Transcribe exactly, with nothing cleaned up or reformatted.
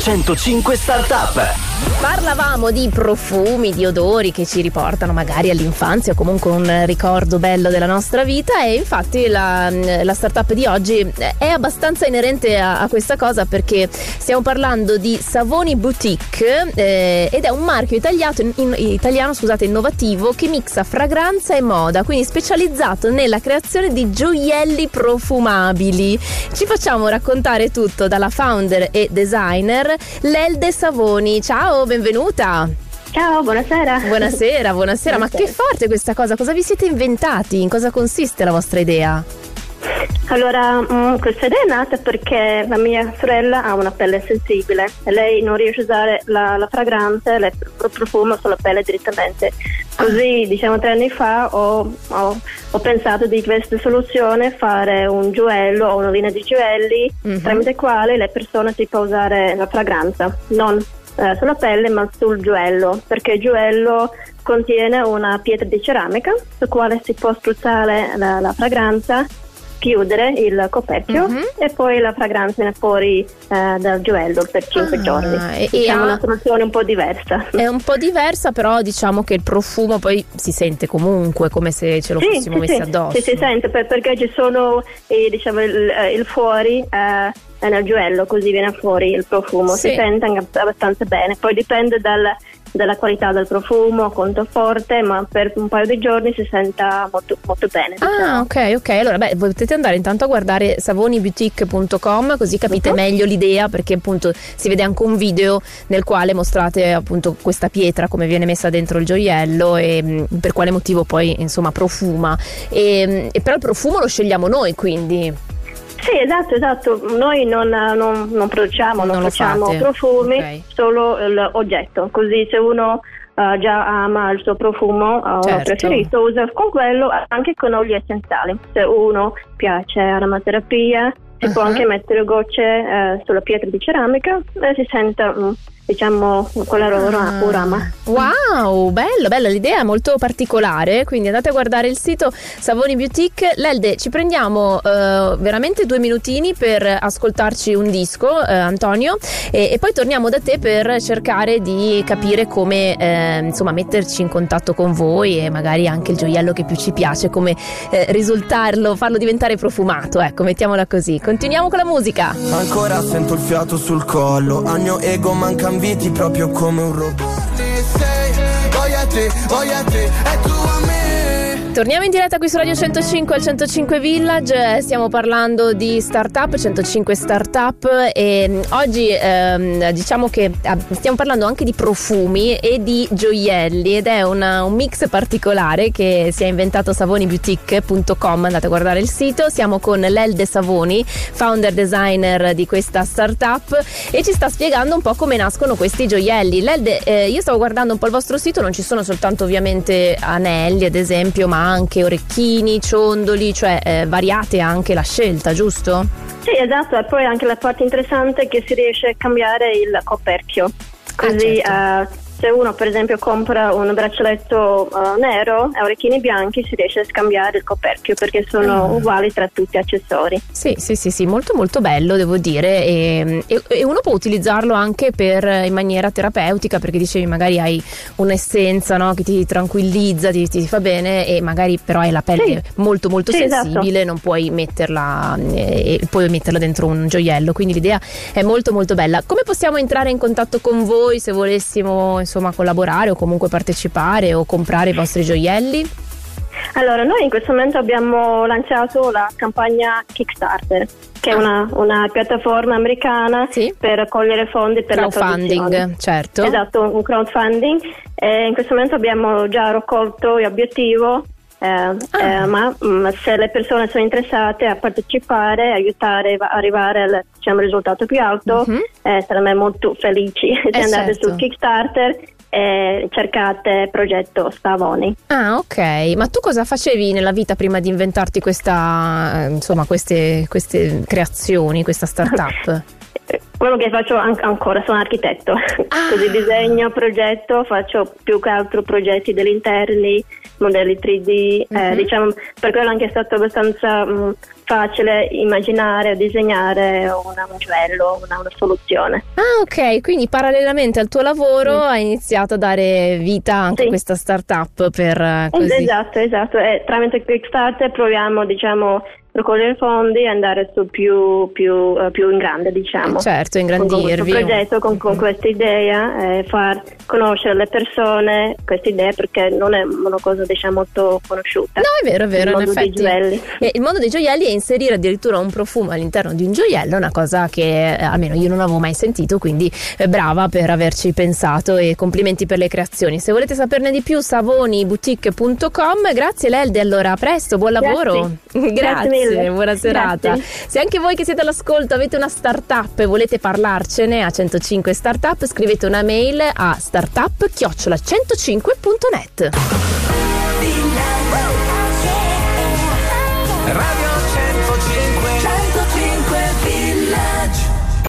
centocinque Startup. Parlavamo di profumi, di odori che ci riportano magari all'infanzia o comunque un ricordo bello della nostra vita, e infatti la, la startup di oggi è abbastanza inerente a, a questa cosa, perché stiamo parlando di Savoni Boutique eh, ed è un marchio italiano, in, italiano scusate, innovativo, che mixa fragranza e moda, quindi specializzato nella creazione di gioielli profumabili. Ci facciamo raccontare tutto dalla founder e designer Lelde Savoni. Ciao, benvenuta. Ciao, buonasera. Buonasera, buonasera. Ma che forte questa cosa, cosa vi siete inventati? In cosa consiste la vostra idea? Allora, mh, questa idea è nata perché la mia sorella ha una pelle sensibile e lei non riesce a usare la, la fragranza, lei profuma sulla pelle direttamente. Così, diciamo, tre anni fa ho, ho, ho pensato di questa soluzione fare un gioiello o una linea di gioielli mm-hmm. tramite quale le persone si può usare la fragranza, non eh, sulla pelle ma sul gioiello, perché il gioiello contiene una pietra di ceramica su quale si può spruzzare la, la fragranza, chiudere il coperchio mm-hmm. e poi la fragranza viene fuori eh, dal gioiello per cinque ah, giorni. E diciamo ha... una soluzione un po' diversa. È un po' diversa, però diciamo che il profumo poi si sente comunque come se ce lo sì, fossimo sì, messi sì, addosso. Sì, si sente per, perché ci sono eh, diciamo il, il fuori eh, nel gioiello, così viene fuori il profumo. Sì. Si sente anche abbastanza bene. Poi dipende dal dalla qualità del profumo, conto forte, ma per un paio di giorni si senta molto, molto bene. Diciamo. Ah, ok, ok. Allora, beh, potete andare intanto a guardare savoni boutique punto com, così capite uh-huh. meglio l'idea, perché appunto si vede anche un video nel quale mostrate appunto questa pietra, come viene messa dentro il gioiello e mh, per quale motivo poi insomma profuma. E, e però il profumo lo scegliamo noi, quindi. Sì, esatto, esatto. Noi non, non, non produciamo, non, non facciamo fate. profumi, okay. Solo l'oggetto. Così se uno uh, già ama il suo profumo uh, certo. preferito, usa con quello, anche con oli essenziali. Se uno piace aromaterapia, si uh-huh. può anche mettere gocce uh, sulla pietra di ceramica e si sente um, diciamo quella aroma. Wow, bello, bella l'idea, è molto particolare, quindi andate a guardare il sito Savoni Boutique. Lelde, ci prendiamo uh, veramente due minutini per ascoltarci un disco, uh, Antonio, e, e poi torniamo da te per cercare di capire come eh, insomma metterci in contatto con voi e magari anche il gioiello che più ci piace, come eh, risultarlo, farlo diventare profumato, ecco, mettiamola così. Continuiamo con la musica. Ancora sento il fiato sul collo, al mio ego manca viti proprio come un robot. Voglio te, voglio te, e tu a me. Torniamo in diretta qui su Radio centocinque al centocinque Village, stiamo parlando di startup, centocinque Startup, e oggi ehm, diciamo che stiamo parlando anche di profumi e di gioielli, ed è una, un mix particolare che si è inventato savoni boutique punto com, andate a guardare il sito. Siamo con Lelde Savoni, founder designer di questa startup, e ci sta spiegando un po' come nascono questi gioielli. Lelde, eh, io stavo guardando un po' il vostro sito, non ci sono soltanto ovviamente anelli ad esempio, ma anche orecchini, ciondoli, cioè eh, variate anche la scelta, giusto? Sì, esatto, e poi anche la parte interessante è che si riesce a cambiare il coperchio, così ah, certo. uh, se uno per esempio compra un braccialetto uh, nero e orecchini bianchi, si riesce a scambiare il coperchio perché sono ah. uguali tra tutti gli accessori. Sì, sì, sì, sì, molto molto bello, devo dire, e, e, e uno può utilizzarlo anche per in maniera terapeutica, perché dicevi magari hai un'essenza, no, che ti tranquillizza, ti, ti fa bene, e magari però hai la pelle sì. molto molto sì, sensibile, esatto. non puoi metterla e puoi metterla dentro un gioiello, quindi l'idea è molto molto bella. Come possiamo entrare in contatto con voi se volessimo insomma collaborare o comunque partecipare o comprare i vostri gioielli? Allora, noi in questo momento abbiamo lanciato la campagna Kickstarter, che è una, una piattaforma americana sì. per raccogliere fondi per crowdfunding, la produzione. Certo. Esatto, un crowdfunding. E in questo momento abbiamo già raccolto l'obiettivo. Eh, ah. eh, ma mh, se le persone sono interessate a partecipare, aiutare a arrivare al diciamo, risultato più alto, uh-huh. eh, saremo molto felici se eh andate certo. su Kickstarter e cercate progetto Savoni. Ah, ok. Ma tu cosa facevi nella vita prima di inventarti questa, insomma, queste, queste creazioni, questa startup? Quello che faccio an- ancora, sono architetto, ah. così disegno, progetto, faccio più che altro progetti degli interni, modelli tre D, mm-hmm. eh, diciamo, per quello anche è stato abbastanza mh, facile immaginare o disegnare una, un gioiello, una, una soluzione. Ah, ok, quindi parallelamente al tuo lavoro sì. hai iniziato a dare vita anche sì. a questa startup per così. Esatto, esatto, e tramite Kickstarter proviamo, diciamo, raccogliere fondi e andare su più, più, uh, più in grande, diciamo. Certo, ingrandirvi. Con questo progetto, con, con questa idea, eh, far conoscere le persone questa idea, perché non è una cosa, diciamo, molto conosciuta. No, è vero, è vero, il mondo in effetti. dei gioielli. E il mondo dei gioielli, e inserire addirittura un profumo all'interno di un gioiello è una cosa che eh, almeno io non avevo mai sentito, quindi eh, brava per averci pensato e complimenti per le creazioni. Se volete saperne di più, savoni boutique punto com. Grazie Lelde, allora a presto, buon lavoro. Grazie, Grazie. Grazie, buona serata. Grazie. Se anche voi che siete all'ascolto avete una startup e volete parlarcene a centocinque Startup, scrivete una mail a startup chiocciola centocinque punto net.